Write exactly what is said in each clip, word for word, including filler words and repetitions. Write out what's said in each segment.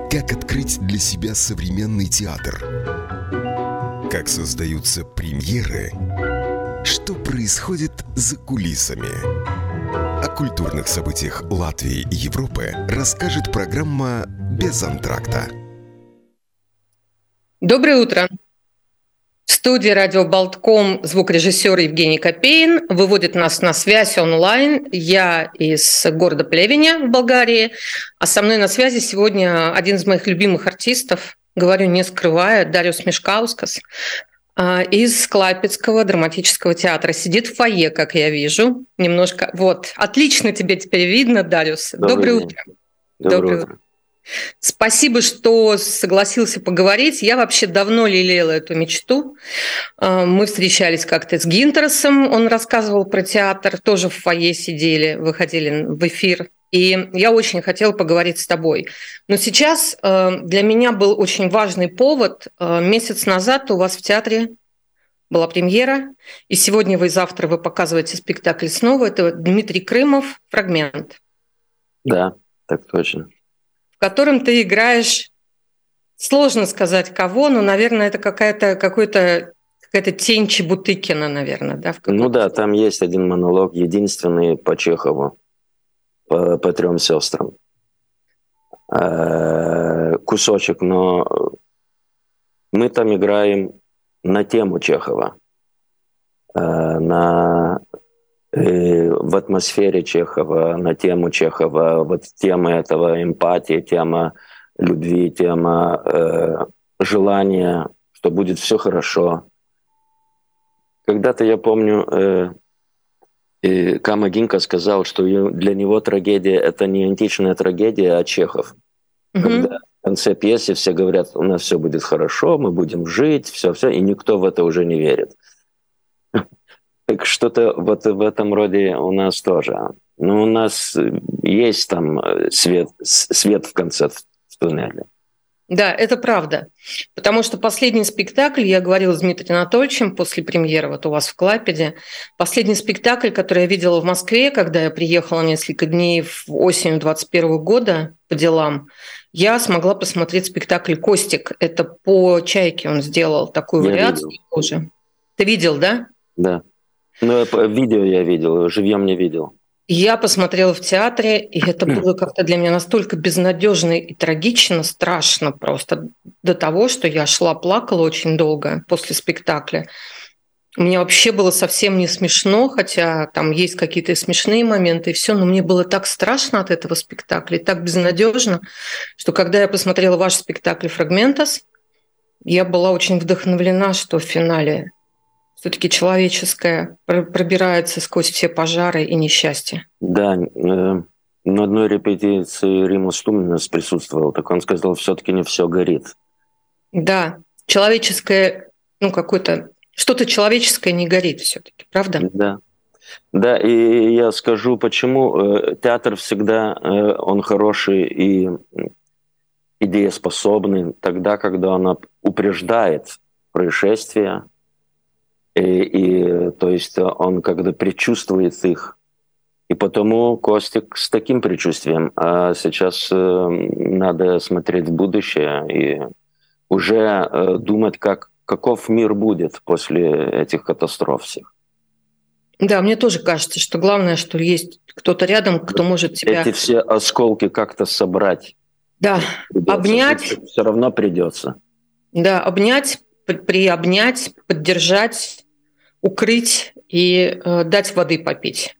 Как открыть для себя современный театр? Как создаются премьеры? Что происходит за кулисами? О культурных событиях Латвии и Европы расскажет программа «Без антракта». Доброе утро! В студии радио Болтком звукорежиссер Евгений Копейн. Выводит нас на связь онлайн. Я из города Плевеня в Болгарии. А со мной на связи сегодня один из моих любимых артистов, говорю не скрывая, Дариус Мишкаускас из Клайпедского драматического театра. Сидит в фойе, как я вижу. Немножко. Вот. Отлично тебе теперь видно, Дариус. Добрый Доброе день. утро. Доброе, Доброе утро. Спасибо, что согласился поговорить. Я вообще давно лелеяла эту мечту. Мы встречались как-то с Гинтерсом, он рассказывал про театр, тоже в фойе сидели, выходили в эфир. И я очень хотела поговорить с тобой. Но сейчас для меня был очень важный повод. Месяц назад у вас в театре была премьера, и сегодня вы и завтра вы показываете спектакль снова. Это Дмитрий Крымов «Фрагмент». Да, так точно. В котором ты играешь, сложно сказать кого, но, наверное, это какая-то, какой-то, какая-то тень Чебутыкина, наверное. Да, в ну да, там есть один монолог, единственный по Чехову, по, по трем сестрам. Э-э- кусочек, но мы там играем на тему Чехова, э- на... в атмосфере Чехова, на тему Чехова, вот тема этого эмпатии, тема любви, тема э, желания, что будет все хорошо. Когда-то я помню, э, э, Кама Гинка сказал, что для него трагедия — это не античная трагедия, а Чехов. Mm-hmm. Когда в конце пьесы все говорят, у нас все будет хорошо, мы будем жить, все-все, и никто в это уже не верит. Так что-то вот в этом роде у нас тоже. Но у нас есть там свет, свет в конце в туннеле. Да, это правда. Потому что последний спектакль, я говорила с Дмитрием Анатольевичем после премьеры вот у вас в Клайпеде, последний спектакль, который я видела в Москве, когда я приехала несколько дней в осенью двадцать первого года по делам, я смогла посмотреть спектакль «Костик». Это по «Чайке» он сделал такую я вариацию видел. Тоже. Ты видел, да? Да. Ну, видео я видел, живьем не видел. Я посмотрела в театре, и это было как-то для меня настолько безнадежно и трагично, страшно просто, до того, что я шла, плакала очень долго после спектакля. Мне вообще было совсем не смешно, хотя там есть какие-то смешные моменты и все, но мне было так страшно от этого спектакля, и так безнадежно, что когда я посмотрела ваш спектакль «Фрагментас», я была очень вдохновлена, что в финале все-таки человеческое пробирается сквозь все пожары и несчастья. Да, э, на одной репетиции Римус Тумнес присутствовал, так он сказал, все-таки не все горит. Да, человеческое, ну какое-то, что-то человеческое не горит все-таки, правда? Да, да, и я скажу, почему. Театр всегда, он хороший и идееспособный тогда, когда он упреждает происшествия, И, и то есть он когда предчувствует их. И потому Костик с таким предчувствием. А сейчас э, надо смотреть в будущее и уже э, думать, как, каков мир будет после этих катастроф всех. Да, мне тоже кажется, что главное, что есть кто-то рядом, кто может тебя... Эти все осколки как-то собрать. Да, придется. Обнять. Все равно придется. Да, обнять, приобнять, поддержать, укрыть и э, дать воды попить.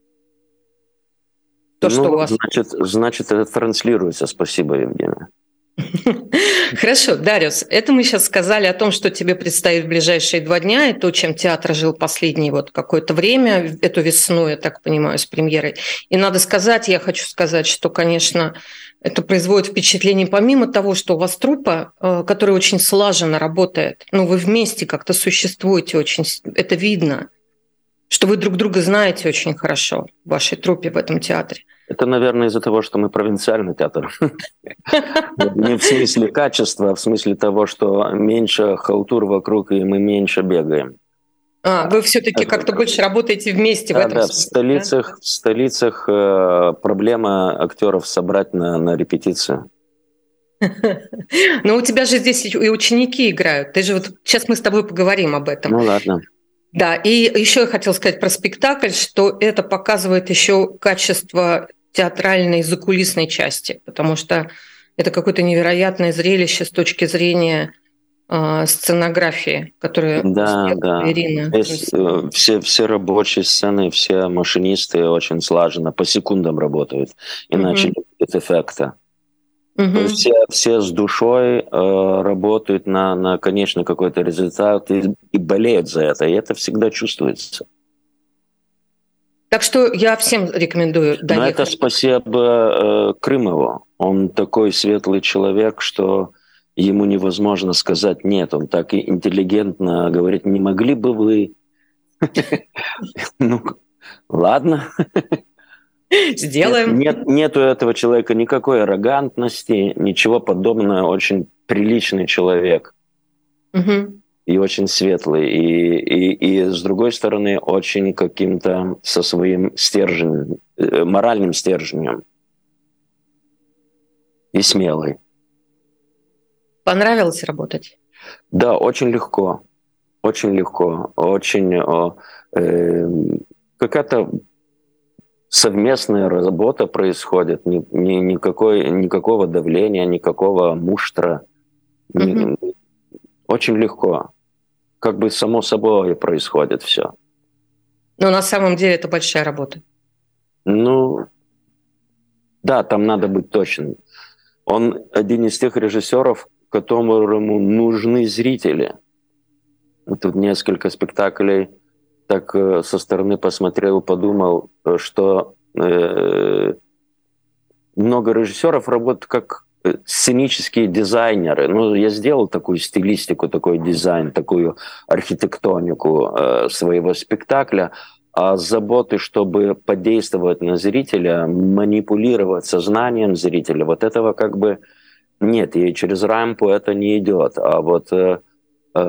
То, ну, что у вас... значит, значит, это транслируется. Спасибо, Евгения. Хорошо, Дариус, это мы сейчас сказали о том, что тебе предстоит в ближайшие два дня, и то, чем театр жил последнее вот какое-то время, эту весну, я так понимаю, с премьерой. И надо сказать, я хочу сказать, что, конечно, это производит впечатление, помимо того, что у вас труппа, которая очень слаженно работает, ну, вы вместе как-то существуете очень, это видно, что вы друг друга знаете очень хорошо в вашей труппе в этом театре. Это, наверное, из-за того, что мы провинциальный театр. Не в смысле качества, а в смысле того, что меньше халтур вокруг, и мы меньше бегаем. А, вы все-таки как-то больше работаете вместе в этом Да, да, в столицах, в столицах проблема актеров собрать на, на репетицию. Но у тебя же здесь и ученики играют. Ты же вот сейчас мы с тобой поговорим об этом. Ну ладно. Да, и еще я хотела сказать про спектакль, что это показывает еще качество театральной закулисной части, потому что это какое-то невероятное зрелище с точки зрения э, сценографии, которую Да, да. Ирина. Здесь, э, все, все рабочие сцены, все машинисты очень слаженно по секундам работают, иначе Угу. не будет эффекта. Угу. То есть все, все с душой э, работают на, на конечный какой-то результат и, и болеют за это, и это всегда чувствуется. Так что я всем рекомендую доехать. Но это спасибо э, Крымову. Он такой светлый человек, что ему невозможно сказать нет. Он так и интеллигентно говорит, не могли бы вы... Ну, ладно. Сделаем. Нет, нет у этого человека никакой аррогантности, ничего подобного. Очень приличный человек. Угу. И очень светлый. И, и, и с другой стороны, очень каким-то со своим стержнем, моральным стержнем. И смелый. Понравилось работать? Да, очень легко. Очень легко. Очень э, какая-то совместная работа происходит. Ни, ни, никакой, никакого давления, никакого муштра. Угу. Очень легко. Как бы само собой происходит все. Но на самом деле это большая работа. Ну, да, там надо быть точным. Он один из тех режиссеров, которому нужны зрители. Тут несколько спектаклей так со стороны посмотрел, подумал, что э, много режиссеров работают как сценические дизайнеры. Ну, я сделал такую стилистику, такой дизайн, такую архитектонику э, своего спектакля, а заботы, чтобы подействовать на зрителя, манипулировать сознанием зрителя, вот этого как бы нет, и через рампу это не идет. А вот э, э,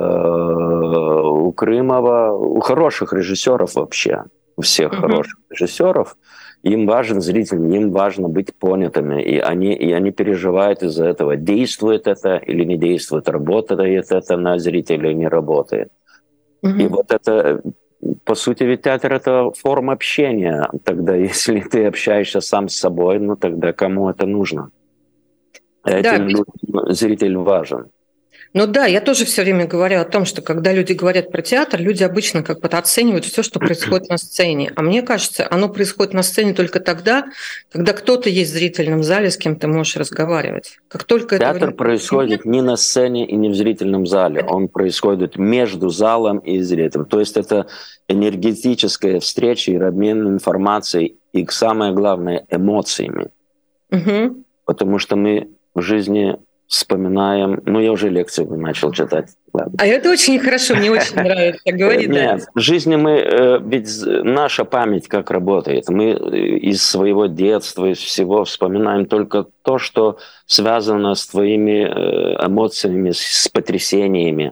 у Крымова, у хороших режиссеров вообще, у всех mm-hmm. хороших режиссеров, им важен зритель, им важно быть понятыми, и они, и они переживают из-за этого, действует это или не действует, работает это на зрителя или не работает. Mm-hmm. И вот это, по сути, ведь театр — это форма общения. Тогда, если ты общаешься сам с собой, ну тогда кому это нужно? Этим людям зритель важен. Ну да, я тоже все время говорю о том, что когда люди говорят про театр, люди обычно как бы оценивают все, что происходит на сцене. А мне кажется, оно происходит на сцене только тогда, когда кто-то есть в зрительном зале, с кем ты можешь разговаривать. Как только театр этого происходит не на сцене и не в зрительном зале, он происходит между залом и зрителем. То есть это энергетическая встреча и обмен информацией, и самое главное — эмоциями. Угу. Потому что мы в жизни вспоминаем... Ну, я уже лекцию начал читать. Ладно. А это очень хорошо, мне очень нравится. Говори, Нет, в жизни мы... Ведь наша память как работает. Мы из своего детства, из всего вспоминаем только то, что связано с твоими эмоциями, с потрясениями.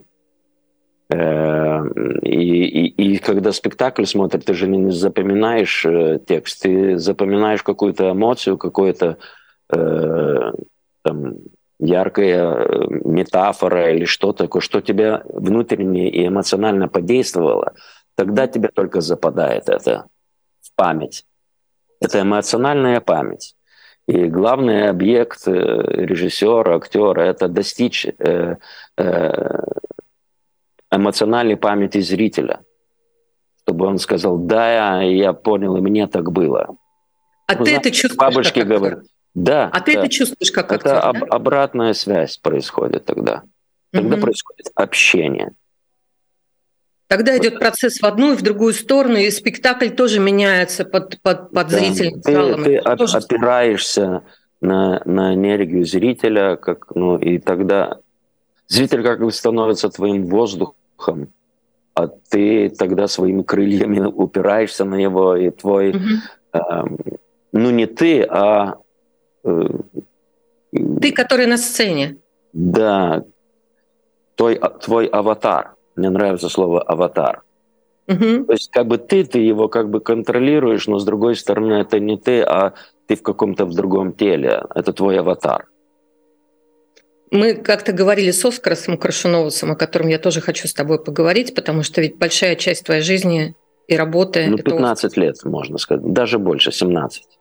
И, и, и когда спектакль смотришь, ты же не запоминаешь текст, ты запоминаешь какую-то эмоцию, какую-то э, там, яркая метафора или что-то такое, что тебя внутренне и эмоционально подействовало, тогда тебе только западает это в память. Это эмоциональная память. И главный объект режиссера, актера — это достичь э, э, эмоциональной памяти зрителя, чтобы он сказал: да, я понял, и мне так было. А ну, ты знаешь, это чувствуешь? Бабушки говорят. Да. А ты да. это чувствуешь как актер? Это да? об, обратная связь происходит тогда. Тогда угу. происходит общение. Тогда идет процесс в одну и в другую сторону, и спектакль тоже меняется под, под, под да. зрительным ты, залом. Ты оп- тоже... опираешься на, на энергию зрителя, как, ну, и тогда зритель как бы становится твоим воздухом, а ты тогда своими крыльями упираешься на него, и твой... Угу. Э, ну, не ты, а... Э, ты, который на сцене. Да. Твой, твой аватар. Мне нравится слово «аватар». Угу. То есть как бы ты, ты его как бы контролируешь, но с другой стороны это не ты, а ты в каком-то в другом теле. Это твой аватар. Мы как-то говорили с Оскаром Коршуновым, о котором я тоже хочу с тобой поговорить, потому что ведь большая часть твоей жизни и работы... Ну, пятнадцать это... лет, можно сказать, даже больше, семнадцать.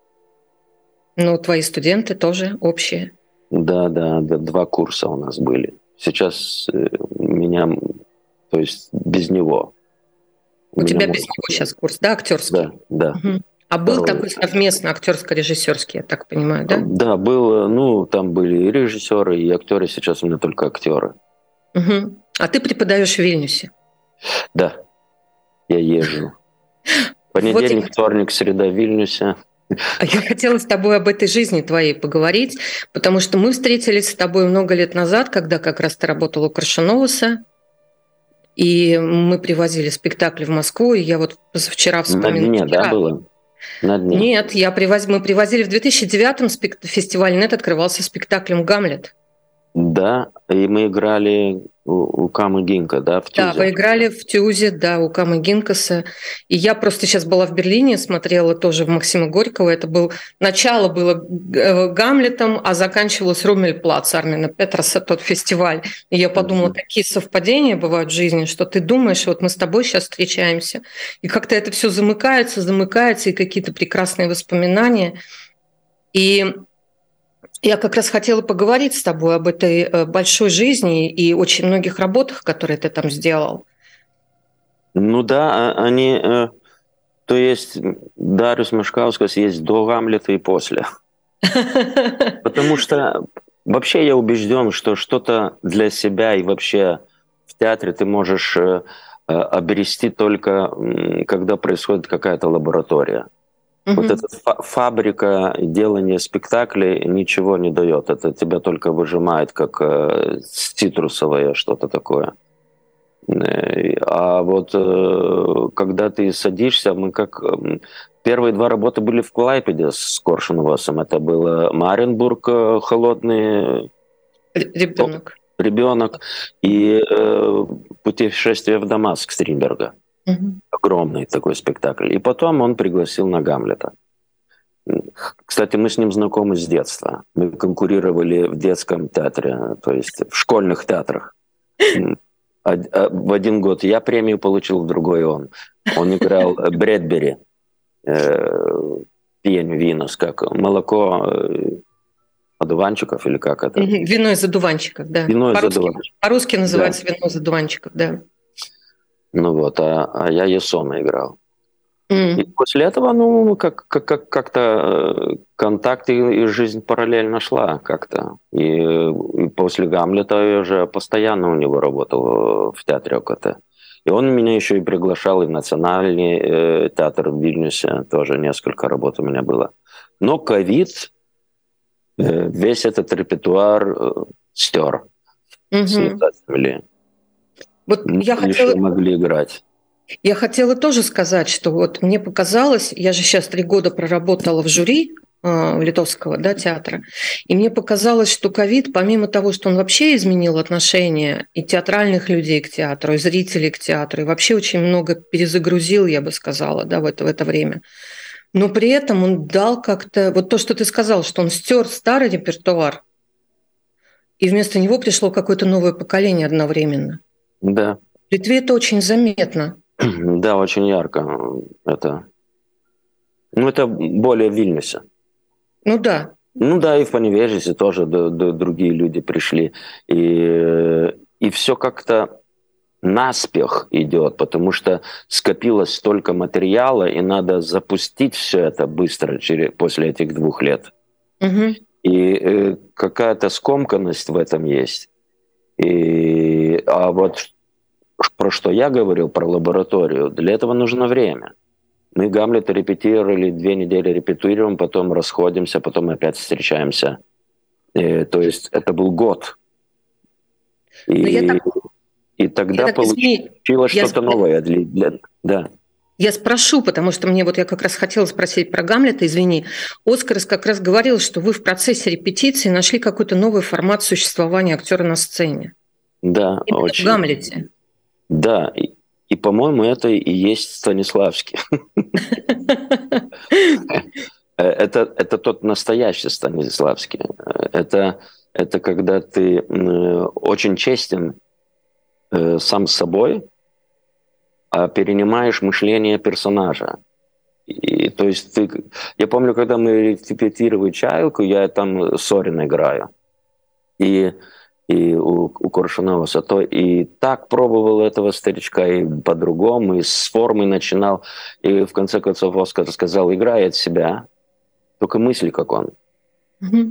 Ну, твои студенты тоже общие. Да, да, да, два курса у нас были. Сейчас меня, то есть без него. У, у тебя без него сейчас курс, да, актерский? Да, да. Угу. А был Второй. такой совместно актерско-режиссерский, я так понимаю, да? Да, был, ну, там были и режиссеры, и актеры, сейчас у меня только актеры. Угу. А ты преподаешь в Вильнюсе? Да, я езжу. Понедельник, вот вторник, среда в Вильнюсе. А я хотела с тобой об этой жизни твоей поговорить, потому что мы встретились с тобой много лет назад, когда как раз ты работал у Коршуноваса, и мы привозили спектакли в Москву, и я вот позавчера вспоминала. На дне, да, было? На дне. Нет, я привоз... мы привозили в две тысячи девятом спект... фестиваль «Нет» открывался спектаклем «Гамлет». Да, и мы играли у, у Камы Гинка, да, в Тюзе. Да, вы играли в Тюзе, да, у Камы Гинкаса. И я просто сейчас была в Берлине, смотрела тоже в Максима Горького. Это был начало было Гамлетом, а заканчивалось Руммельплац Армина Петерса, тот фестиваль. И я подумала, какие совпадения бывают в жизни, что ты думаешь, вот мы с тобой сейчас встречаемся, и как-то это все замыкается, замыкается, и какие-то прекрасные воспоминания. И я как раз хотела поговорить с тобой об этой большой жизни и очень многих работах, которые ты там сделал. Ну да, они... То есть Дариус Машкаускас есть до Гамлета и после. Потому что вообще я убежден, что что-то для себя и вообще в театре ты можешь обрести только, когда происходит какая-то лаборатория. Mm-hmm. Вот эта фабрика делания спектаклей ничего не дает. Это тебя только выжимает, как э, цитрусовое что-то такое. А вот э, когда ты садишься, мы как... Э, первые два работы были в Клайпеде с Коршуновым. Это было Маренбург, э, холодный... Ребенок. Ребенок. И э, путешествие в Дамаск Стринберга. Mm-hmm. Огромный такой спектакль. И потом он пригласил на Гамлета. Кстати, мы с ним знакомы с детства. Мы конкурировали в детском театре, то есть в школьных театрах. В один год я премию получил, в другой он. Он играл Брэдбери, пень, винос, как молоко одуванчиков или как это? Вино из одуванчиков, да. Вино из по-русски, одуванчиков. По-русски называется да. Вино из одуванчиков, да. Ну вот, а, а я Ясона играл. Mm. И после этого, ну, как, как, как-то контакт и, и жизнь параллельно шла как-то. И, и после Гамлета я уже постоянно у него работал в театре ОКТ. И он меня еще и приглашал и в Национальный э, театр в Вильнюсе, тоже несколько работ у меня было. Но ковид э, весь этот репертуар э, стер. Mm-hmm. Вот мы я хотела... могли играть. Я хотела тоже сказать, что вот мне показалось, я же сейчас три года проработала в жюри э, Литовского, да, театра, и мне показалось, что ковид, помимо того, что он вообще изменил отношение и театральных людей к театру, и зрителей к театру, и вообще очень много перезагрузил, я бы сказала, да, в это, в это время, но при этом он дал как-то... Вот то, что ты сказал, что он стер старый репертуар, и вместо него пришло какое-то новое поколение одновременно. Да. В Литве это очень заметно. Да, очень ярко. Это, ну, это более в Вильнюсе. Ну да. Ну да, и в Поневежесе тоже да, да, другие люди пришли. И, и все как-то наспех идет, потому что скопилось столько материала, и надо запустить все это быстро через, после этих двух лет. Угу. И э, какая-то скомканность в этом есть. И, а вот про что я говорил, про лабораторию, для этого нужно время. Мы Гамлета репетировали, две недели репетируем, потом расходимся, потом опять встречаемся. И, то есть это был год. И, так, и тогда получилось что-то я... новое. Для, для, да. Я спрошу, потому что мне вот я как раз хотела спросить про Гамлета, извини. Оскар как раз говорил, что вы в процессе репетиции нашли какой-то новый формат существования актера на сцене. Да, именно очень. В Гамлете. Да, и, и, по-моему, это и есть Станиславский. это, это тот настоящий Станиславский. Это это когда ты э, очень честен э, сам с собой, а перенимаешь мышление персонажа. И, то есть ты, я помню, когда мы репетировали «Чайку», я там Сорин играю. И, и у, у Коршунова Сато. И так пробовал этого старичка, и по-другому, и с формы начинал. И в конце концов Оскар сказал: играй от себя, только мысли, как он. Mm-hmm.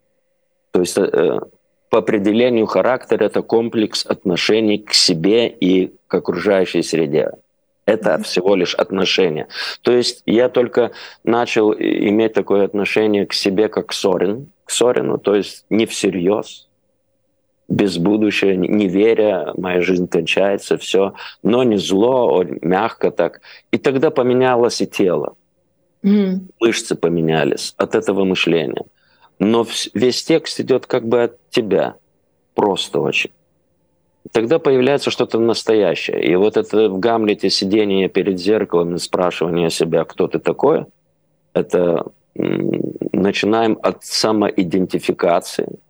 То есть э, по определению характер — это комплекс отношений к себе и к окружающей среде. Это mm-hmm. всего лишь отношения. То есть я только начал иметь такое отношение к себе, как к Сорин, к Сорину, то есть не всерьез, без будущего, не веря, моя жизнь кончается, все, но не зло, а мягко так. И тогда поменялось и тело. Mm-hmm. Мышцы поменялись от этого мышления. Но весь текст идет как бы от тебя, просто очень. Тогда появляется что-то настоящее. И вот это в «Гамлете» сидение перед зеркалом и спрашивание себя, кто ты такой, это начинаем от самоидентификации,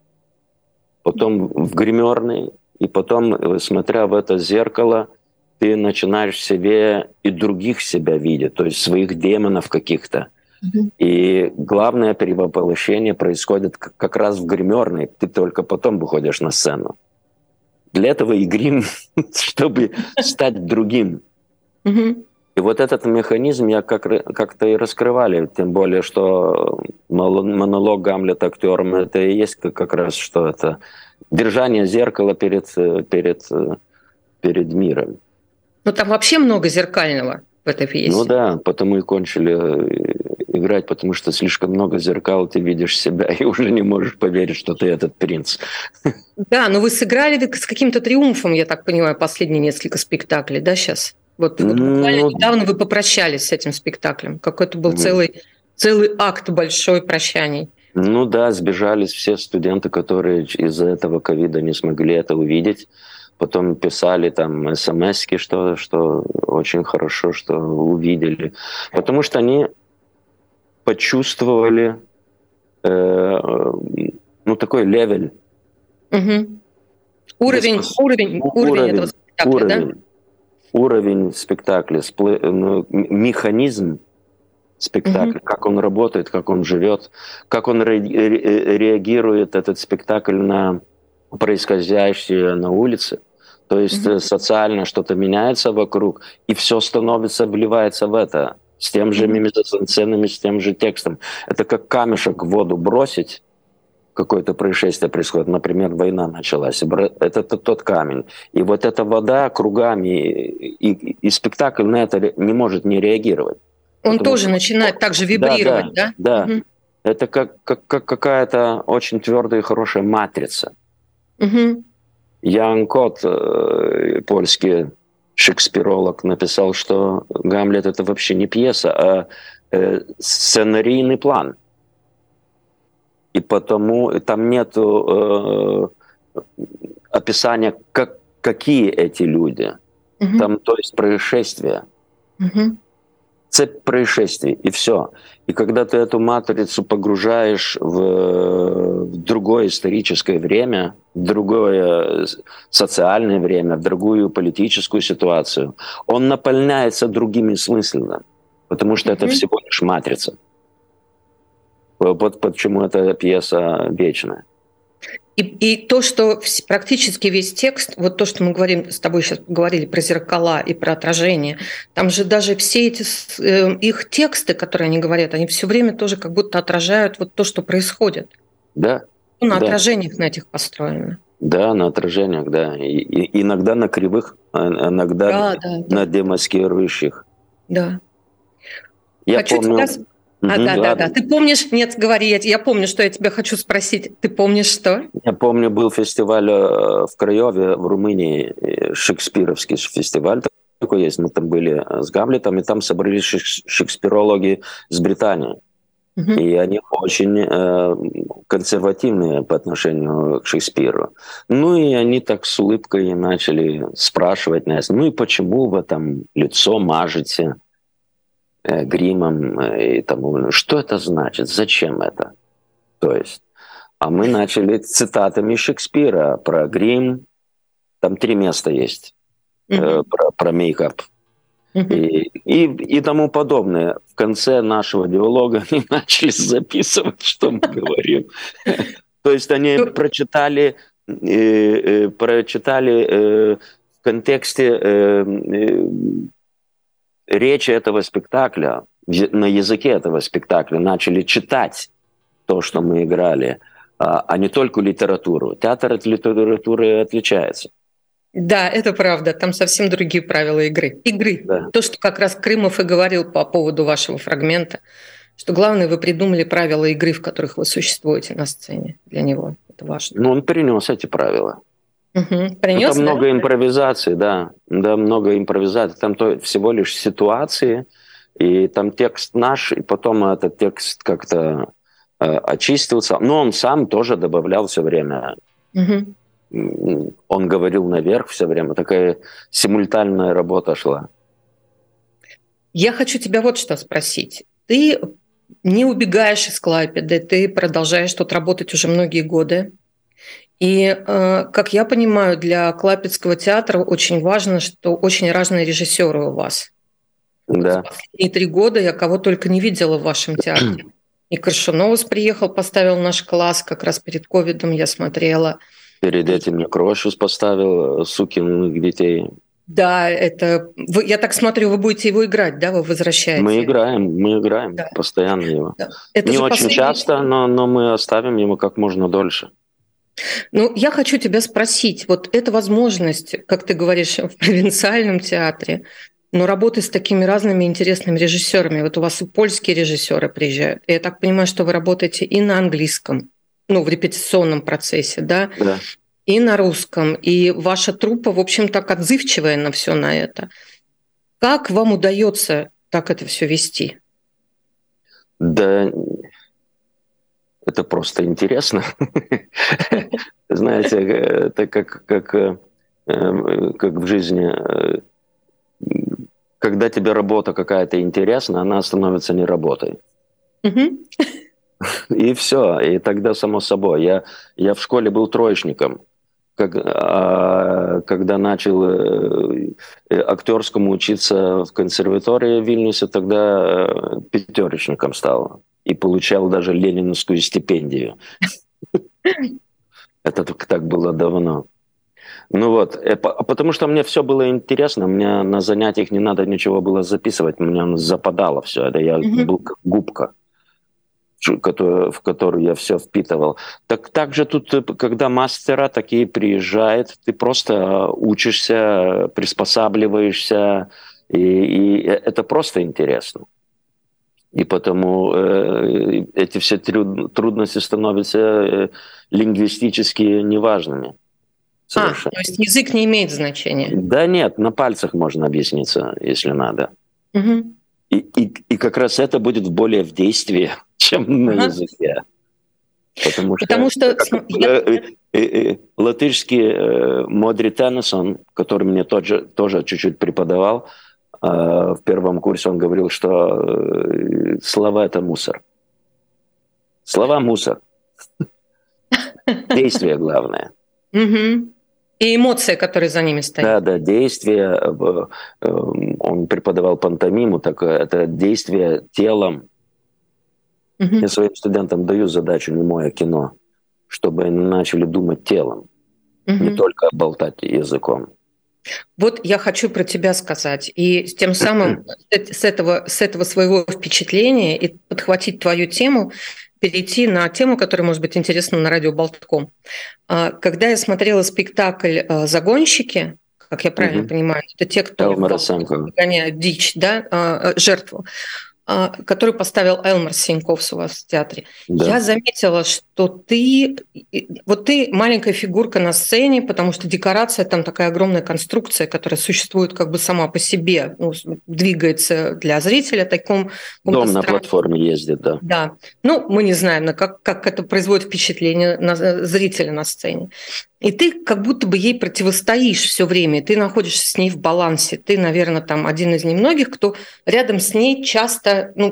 потом в гримерной, и потом, смотря в это зеркало, ты начинаешь в себе и других себя видеть, то есть своих демонов каких-то. Mm-hmm. И главное перевоплощение происходит как раз в гримерной, ты только потом выходишь на сцену. Для этого и грим, чтобы стать другим. Mm-hmm. И вот этот механизм я как, как-то и раскрывали, тем более, что монолог Гамлета актером — это и есть как раз что это держание зеркала перед, перед, перед миром. Ну там вообще много зеркального в этой пьесе. Ну да, потому и кончили играть, потому что слишком много зеркал, ты видишь себя и уже не можешь поверить, что ты этот принц. Да, но вы сыграли с каким-то триумфом, я так понимаю, последние несколько спектаклей, да, сейчас? Вот, вот буквально ну, недавно вы попрощались с этим спектаклем. Какой-то был целый, целый акт большой прощаний. Ну да, сбежались все студенты, которые из-за этого ковида не смогли это увидеть. Потом писали там смс-ки, что, что очень хорошо, что увидели. Потому что они почувствовали э, ну, такой левель. Угу. Уровень, Беспос... уровень, уровень, уровень этого спектакля, уровень, да? Уровень спектакля, сплы... ну, механизм спектакля, угу. Как он работает, как он живет, как он ре... реагирует, этот спектакль, на происходящее на улице. То есть угу. социально что-то меняется вокруг, и все становится, вливается в это. С тем же мимизансценами, с тем же текстом. Это как камешек в воду бросить, какое-то происшествие происходит, например, война началась. Это тот камень. И вот эта вода кругами, и, и, и спектакль на это не может не реагировать. Он Потому тоже что... начинает так же вибрировать, да? Да, да. Угу. Это как, как, как какая-то очень твердая и хорошая матрица. Угу. Ян Кот, польский шекспиролог, написал, что «Гамлет» — это вообще не пьеса, а э, сценарийный план. И потому там нет э, описания, как, какие эти люди. Uh-huh. Там, то есть, происшествия. Uh-huh. Цепь происшествий, и все. И когда ты эту матрицу погружаешь в, в другое историческое время, в другое социальное время, в другую политическую ситуацию, он наполняется другими смыслами, потому что mm-hmm. это всего лишь матрица. Вот почему эта пьеса вечная. И, и то, что практически весь текст, вот то, что мы говорим, с тобой сейчас говорили про зеркала и про отражение, там же даже все эти э, их тексты, которые они говорят, они все время тоже как будто отражают вот то, что происходит. Да. Ну, на да. отражениях на этих построено. Да, на отражениях, да. И, и иногда на кривых, иногда да, да, на да. демаскирующих. Да. Я Хочу помню... раз... А, угу, да, да, да. Ты помнишь? Нет, говори. Я, я помню, что я тебя хочу спросить. Ты помнишь что? Я помню, был фестиваль в Краеве, в Румынии, шекспировский фестиваль такой есть. Мы там были с Гамлетом, и там собрались шекспирологи с Британии. Угу. И они очень э, консервативные по отношению к Шекспиру. Ну и они так с улыбкой начали спрашивать нас, ну и почему вы там лицо мажете гримом и тому, что это значит, зачем это? То есть, А мы начали цитатами Шекспира про грим. Там три места есть mm-hmm. э, про, про мейкап. Mm-hmm. И, и, и тому подобное. В конце нашего диалога они начали записывать, что мы говорим. То есть они прочитали, прочитали в контексте речи этого спектакля, на языке этого спектакля, начали читать то, что мы играли, а не только литературу. Театр от литературы отличается. Да, это правда. Там совсем другие правила игры. Игры. Да. То, что как раз Крымов и говорил по поводу вашего фрагмента, что главное, вы придумали правила игры, в которых вы существуете на сцене. Для него это важно. Ну, он перенес эти правила. Угу. Принес, там да? много импровизации, да. Да, много импровизации. Там то, всего лишь ситуации, и там текст наш, и потом этот текст как-то э, очистился. Но он сам тоже добавлял все время. Угу. Он говорил наверх все время. Такая симультанная работа шла. Я хочу тебя вот что спросить. Ты не убегаешь из Клайпеды, ты продолжаешь тут работать уже многие годы. И, э, как я понимаю, для Клайпедского театра очень важно, что очень разные режиссеры у вас. Да. Последние три года я кого только не видела в вашем театре. И Коршуновус приехал, поставил наш класс, как раз перед ковидом я смотрела. Перед этим я Крошус поставил, «Сукиных детей». Да, это... Вы, я так смотрю, вы будете его играть, да? Вы возвращаете? Мы играем, мы играем да. постоянно его. Да. Это не очень последний... часто, но, но мы оставим его как можно дольше. Ну, я хочу тебя спросить, вот эта возможность, как ты говоришь, в провинциальном театре, но работать с такими разными интересными режиссерами. Вот у вас и польские режиссеры приезжают. И я так понимаю, что вы работаете и на английском, ну, в репетиционном процессе, да? Да. И на русском. И ваша труппа, в общем, так отзывчивая на все на это. Как вам удается так это все вести? Да, это просто интересно. Знаете, это как, как, как в жизни. Когда тебе работа какая-то интересна, она становится не работой. И все. И тогда само собой. Я, я в школе был троечником. Как, а, когда начал э, актерскому учиться в консерватории в Вильнюсе, тогда э, пятерочником стал. И получал даже ленинскую стипендию. Это так было давно. Ну вот, потому что мне все было интересно, мне на занятиях не надо ничего было записывать, мне западало все это, я был как губка, в которую я все впитывал. Так также тут, когда мастера такие приезжают, ты просто учишься, приспосабливаешься, и, и это просто интересно. И потому э, эти все труд, трудности становятся э, лингвистически неважными. Совершенно. А, то есть язык не имеет значения? Да нет, на пальцах можно объясниться, если надо. Угу. И, и, и как раз это будет более в действии, чем на ага. языке. Потому что, Потому что как, я... э, э, э, латышский э, Модри Теннисон, который мне тоже, тоже чуть-чуть преподавал, э, в первом курсе он говорил, что э, слова – это мусор. Слова – мусор. Действие главное. И эмоции, которые за ними стоят. Да, да, действие. Он преподавал пантомиму, так это действие телом. Угу. Я своим студентам даю задачу «Немое кино», чтобы они начали думать телом, угу. не только болтать языком. Вот я хочу про тебя сказать. И тем самым с этого, с этого своего впечатления и подхватить твою тему, перейти на тему, которая может быть интересна на радио Болтком. Когда я смотрела спектакль «Загонщики», как я правильно угу. понимаю, это те, кто гоняют дичь, да, жертву, который поставил Элмар Сеньковс у вас в театре. Да. Я заметила, что ты, вот ты маленькая фигурка на сцене, потому что декорация там такая огромная конструкция, которая существует как бы сама по себе, ну, двигается для зрителя таком. Дом на платформе ездит, да. Да. Ну, мы не знаем, как, как это производит впечатление на зрителя на сцене. И ты как будто бы ей противостоишь все время, ты находишься с ней в балансе. Ты, наверное, там один из немногих, кто рядом с ней часто, ну,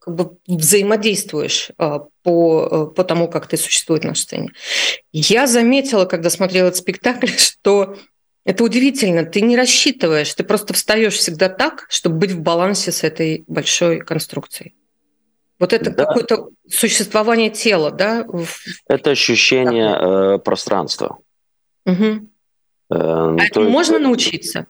как бы взаимодействуешь по, по тому, как ты существуешь на сцене. Я заметила, когда смотрела этот спектакль, что это удивительно. Ты не рассчитываешь, ты просто встаешь всегда так, чтобы быть в балансе с этой большой конструкцией. Вот это да. Какое-то существование тела, да? Это ощущение э, пространства. Угу. Э, а это есть, можно научиться?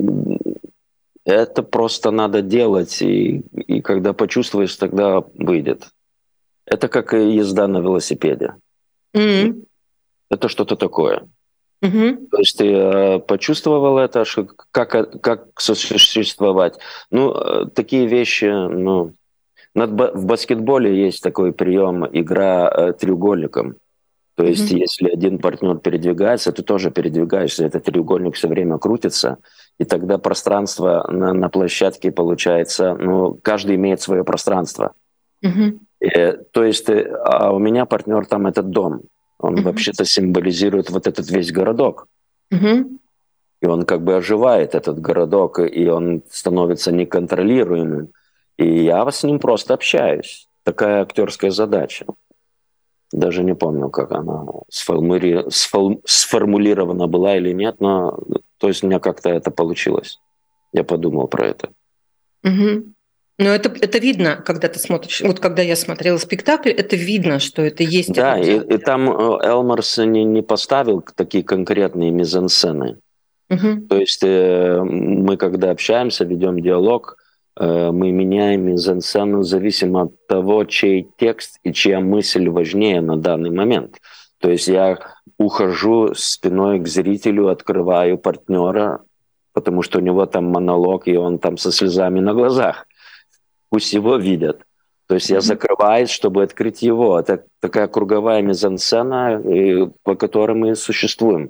Это просто надо делать, и, и когда почувствуешь, тогда выйдет. Это как и езда на велосипеде. Mm-hmm. Это что-то такое. Mm-hmm. То есть ты э, почувствовал это, что, как, как сосуществовать. Ну, э, такие вещи, ну... Над, в баскетболе есть такой прием игра э, треугольником. То есть mm-hmm. если один партнер передвигается, ты тоже передвигаешься, этот треугольник все время крутится, и тогда пространство на, на площадке получается, ну, каждый имеет свое пространство. Mm-hmm. И, то есть, а у меня партнер там этот дом, он mm-hmm. вообще-то символизирует вот этот весь городок. Mm-hmm. И он как бы оживает, этот городок, и он становится неконтролируемым. И я с ним просто общаюсь. Такая актерская задача. Даже не помню, как она сформули... сфол... сформулирована была или нет, но то есть у меня как-то это получилось. Я подумал про это. Угу. Но это, это видно, когда ты смотришь. Вот когда я смотрела спектакль, это видно, что это есть. Да, и, и там Элмерс не, не поставил такие конкретные мизансцены. Угу. То есть э, мы, когда общаемся, ведем диалог, мы меняем мизансцену зависимо от того, чей текст и чья мысль важнее на данный момент. То есть я ухожу спиной к зрителю, открываю партнера, потому что у него там монолог, и он там со слезами на глазах. Пусть его видят. То есть я закрываюсь, чтобы открыть его. Это такая круговая мизансцена, по которой мы существуем.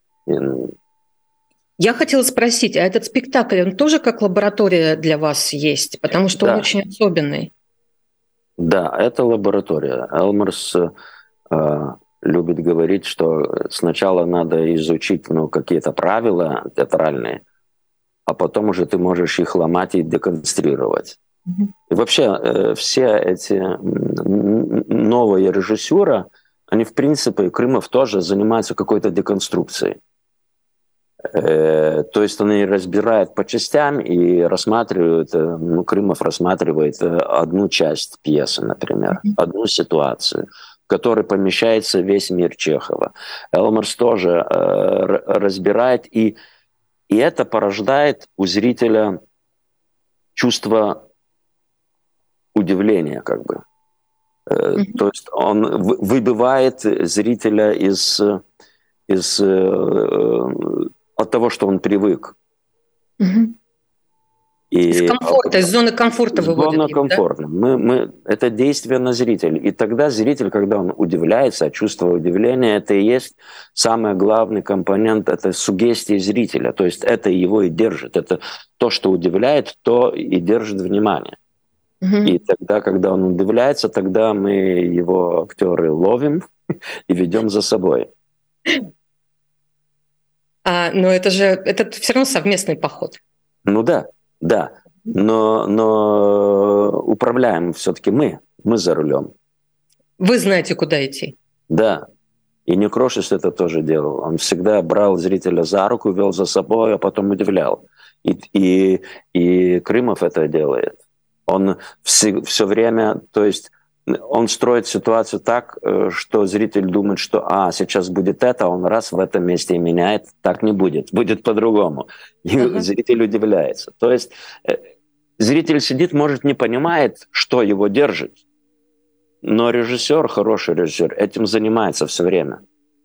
Я хотела спросить, а этот спектакль, он тоже как лаборатория для вас есть? Потому что да. Он очень особенный. Да, это лаборатория. Элмерс э, любит говорить, что сначала надо изучить ну, какие-то правила театральные, а потом уже ты можешь их ломать и деконструировать. Mm-hmm. И вообще э, все эти новые режиссеры, они в принципе, Крымов тоже занимаются какой-то деконструкцией. То есть они разбирают по частям и рассматривают, ну, Крымов рассматривает одну часть пьесы, например, mm-hmm. одну ситуацию, в которой помещается весь мир Чехова. Элмерс тоже э, разбирает, и, и это порождает у зрителя чувство удивления, как бы. Mm-hmm. То есть он выбивает зрителя из... из от того, что он привык. Угу. И из комфорта, из зоны комфорта выводит. Зона комфорта. Да? Мы, мы, это действие на зрителя. И тогда зритель, когда он удивляется, чувство удивления, это и есть самый главный компонент, это суггестия зрителя. То есть это его и держит. Это то, что удивляет, то и держит внимание. Угу. И тогда, когда он удивляется, тогда мы его, актеры, ловим и ведем за собой. А, но это же это все равно совместный поход. Ну да, да. Но, но управляем все-таки мы. Мы за рулем. Вы знаете, куда идти. Да. И Некрошис это тоже делал. Он всегда брал зрителя за руку, вел за собой, а потом удивлял. И, и, и Крымов это делает. Он все, все время, то есть он строит ситуацию так, что зритель думает, что а, сейчас будет это, а он раз в этом месте и меняет. Так не будет, будет по-другому. И uh-huh. зритель удивляется. То есть зритель сидит, может, не понимает, что его держит, но режиссер, хороший режиссер, этим занимается все время.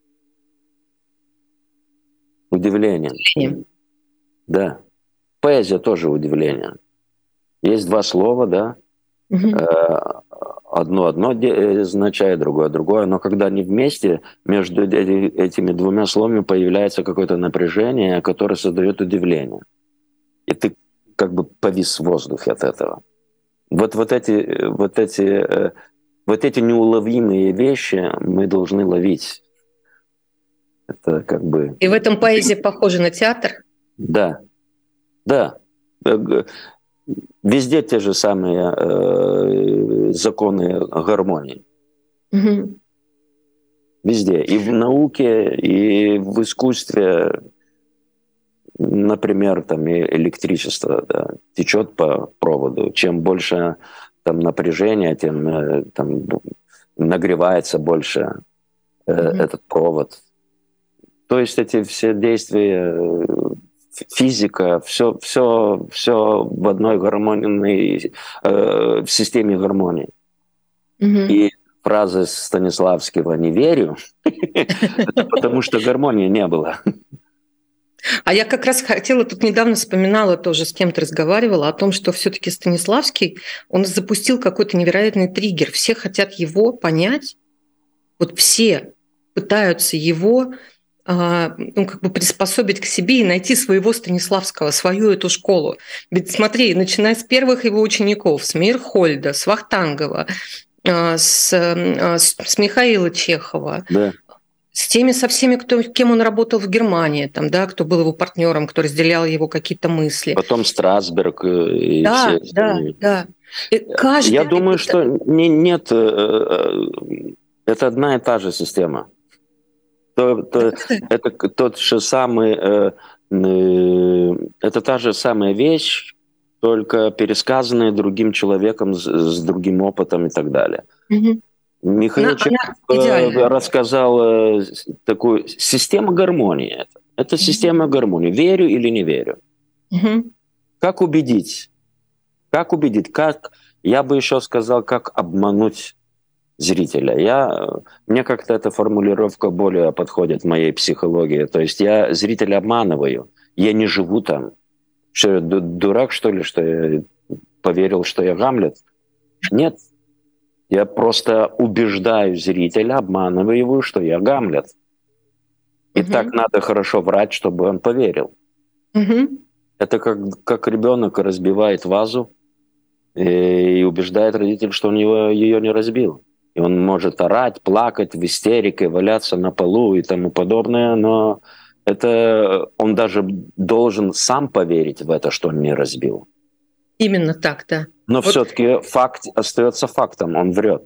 Удивление. Удивление. Да. Поэзия тоже удивление. Есть два слова, да. Uh-huh. Одно одно означает, другое другое, но когда они вместе, между этими двумя словами появляется какое-то напряжение, которое создает удивление. И ты как бы повис в воздухе от этого. Вот, вот, эти, вот, эти, вот эти неуловимые вещи мы должны ловить. Это как бы... И в этом поэзия похожа на театр? Да, да. везде те же самые э, законы гармонии. Угу. Везде. И в науке, и в искусстве. Например, там электричество, да, течет по проводу. Чем больше там напряжения, тем там нагревается больше э, mm-hmm. этот провод. То есть эти все действия, физика, все, все, все в одной гармонии, э, в системе гармонии. Mm-hmm. И фраза Станиславского «не верю», потому что гармонии не было. А я как раз хотела, тут недавно вспоминала, тоже с кем-то разговаривала о том, что все-таки Станиславский, он запустил какой-то невероятный триггер. Все хотят его понять, вот все пытаются его ну, как бы приспособить к себе и найти своего Станиславского, свою эту школу. Ведь смотри, начиная с первых его учеников, с Мейерхольда, с Вахтангова, с, с, с Михаила Чехова, да. С теми, со всеми, кто, кем он работал в Германии, там, да, кто был его партнером, кто разделял его какие-то мысли. Потом Страсберг и да, все. Да, да, да. Каждый... Я думаю, что не, нет, это одна и та же система. То, то, это тот же самый, это та же самая вещь, только пересказанная другим человеком с, с другим опытом и так далее. Угу. Михаил Чехов рассказал такую систему гармонии. Это, это система гармонии. Верю или не верю. Угу. Как убедить? Как убедить? Как, я бы еще сказал, как обмануть зрителя. Я, мне как-то эта формулировка более подходит моей психологии. То есть я зрителя обманываю. Я не живу там. Что, я дурак, что ли, что я поверил, что я Гамлет? Нет. Я просто убеждаю зрителя, обманываю его, что я Гамлет. И uh-huh. так надо хорошо врать, чтобы он поверил. Uh-huh. Это как, как ребенок разбивает вазу и, и убеждает родителей, что он его, ее не разбил. И он может орать, плакать в истерике, валяться на полу и тому подобное, но это он даже должен сам поверить в это, что он не разбил. Именно так, да. Но вот. все-таки факт остается фактом, он врет.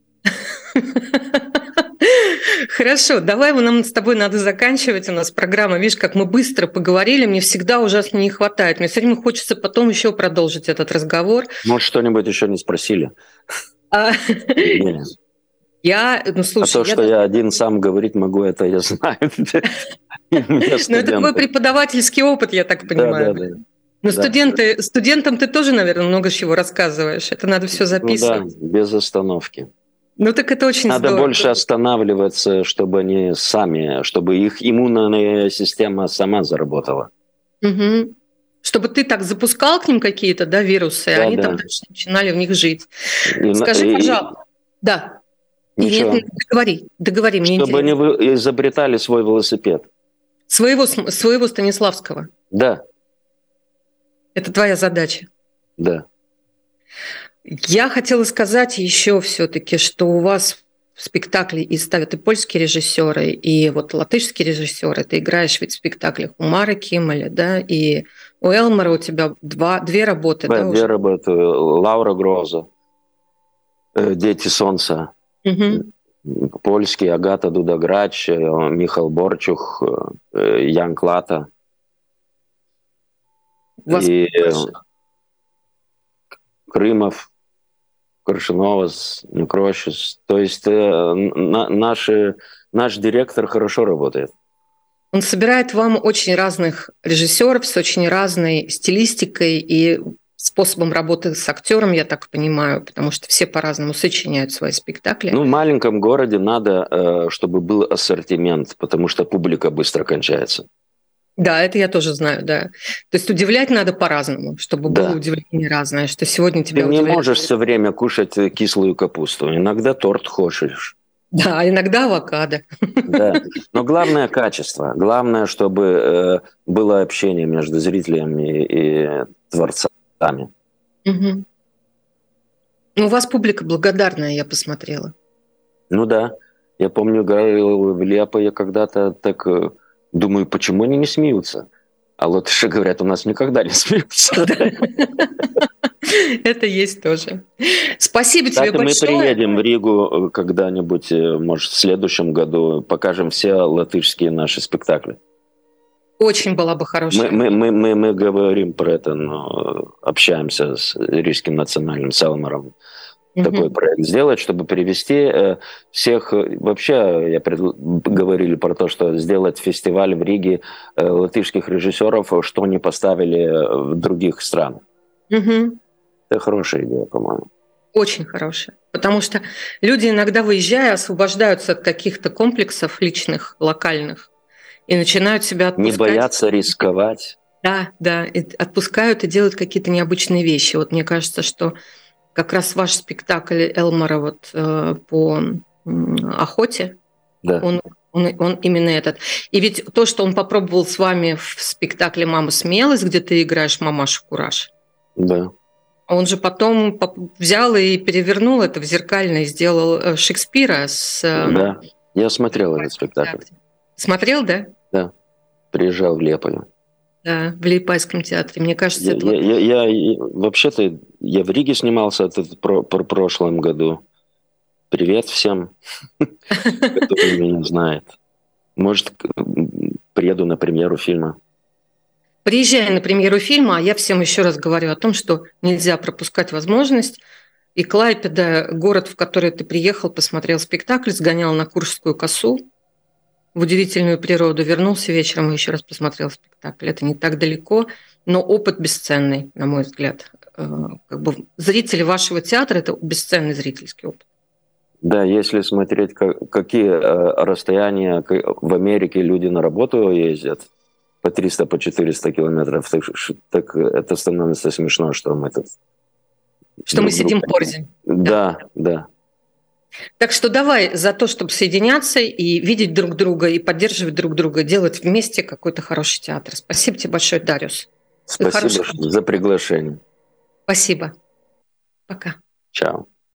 Хорошо, давай нам с тобой надо заканчивать. У нас программа, видишь, как мы быстро поговорили, мне всегда ужасно не хватает. Мне все время хочется потом еще продолжить этот разговор. Может, что-нибудь еще не спросили? Я, ну, слушай, а то, я что даже... я один сам говорить могу, это я знаю. Но это твой преподавательский опыт, я так понимаю. Да, да, да. Но да. студенты, студентам ты тоже, наверное, много чего рассказываешь. Это надо все записывать. Ну да, без остановки. Ну так это очень надо здорово. Надо больше останавливаться, чтобы они сами, чтобы их иммунная система сама заработала. Угу. Чтобы ты так запускал к ним какие-то, да, вирусы, да, они да. там дальше начинали в них жить. И, Скажи, и, пожалуйста. Да. Ничего. Нет, договори, договори, мне чтобы интересно. Чтобы они изобретали свой велосипед. Своего, своего Станиславского? Да. Это твоя задача? Да. Я хотела сказать еще все-таки, что у вас в спектакле и ставят и польские режиссеры, и вот латышские режиссеры. Ты играешь ведь в спектаклях у Мары Киммеля, да, и у Элмара у тебя два, две работы. Да, да, две уже? работы. Лаура Гроза, «Дети солнца». Угу. Польский Агата Дудаграч, Михаил Борчух, Ян Клата. И больше. Крымов, Коршуновас, Некрощис. То есть э, на, наши, наш директор хорошо работает. Он собирает вам очень разных режиссеров с очень разной стилистикой и способом работы с актером, я так понимаю, потому что все по-разному сочиняют свои спектакли. Ну, в маленьком городе надо, э, чтобы был ассортимент, потому что публика быстро кончается. Да, это я тоже знаю, да. То есть удивлять надо по-разному, чтобы да. было удивление разное, что сегодня тебя Ты удивляет. не можешь все время кушать кислую капусту. Иногда торт хочешь. Да, иногда авокадо. Да. Но главное качество. Главное, чтобы э, было общение между зрителями и творцами. Угу. Ну, у вас публика благодарная, я посмотрела. Ну да. Я помню, говорил в Лепо, я когда-то так... Думаю, почему они не смеются? А латыши говорят, у нас никогда не смеются. Это есть тоже. Спасибо Кстати, тебе большое. Мы приедем в Ригу когда-нибудь, может, в следующем году, покажем все латышские наши спектакли. Очень была бы хорошая. Мы, мы, мы, мы говорим про это, но общаемся с Рижским национальным Салмаром. Угу. Такой проект сделать, чтобы привести всех... Вообще, я пред... говорили про то, что сделать фестиваль в Риге латышских режиссеров, что не поставили в других странах. Угу. Это хорошая идея, по-моему. Очень хорошая. Потому что люди иногда, выезжая, освобождаются от каких-то комплексов личных, локальных, и начинают себя отпускать. Не боятся рисковать. Да, да, и отпускают и делают какие-то необычные вещи. Вот мне кажется, что как раз ваш спектакль Элмара вот, э, по охоте, да. он, он, он именно этот. И ведь то, что он попробовал с вами в спектакле «Мама смелость», где ты играешь мамашу Кураж, да. он же потом взял и перевернул это в зеркально и сделал Шекспира с... Да, я смотрел этот спектакль. Смотрел, да? Да, приезжал в Лепою. Да, в Лиепайском театре. Мне кажется, я, это... Я, я, я, вообще-то я в Риге снимался это в про, про прошлом году. Привет всем, кто меня знает. Может, приеду на премьеру фильма. Приезжай на премьеру фильма, а я всем еще раз говорю о том, что нельзя пропускать возможность. И Клайпеда, город, в который ты приехал, посмотрел спектакль, сгонял на Куршскую косу, в удивительную природу, вернулся вечером и еще раз посмотрел спектакль. Это не так далеко, но опыт бесценный, на мой взгляд. Как бы зрители вашего театра – это бесценный зрительский опыт. Да, если смотреть, какие расстояния в Америке люди на работу ездят, по триста, по четыреста километров, так, так это становится смешно, что мы тут... Что мы сидим порознь. Да, да, да. Так что давай за то, чтобы соединяться и видеть друг друга, и поддерживать друг друга, делать вместе какой-то хороший театр. Спасибо тебе большое, Дариус. Спасибо за приглашение. Спасибо. Пока. Чао.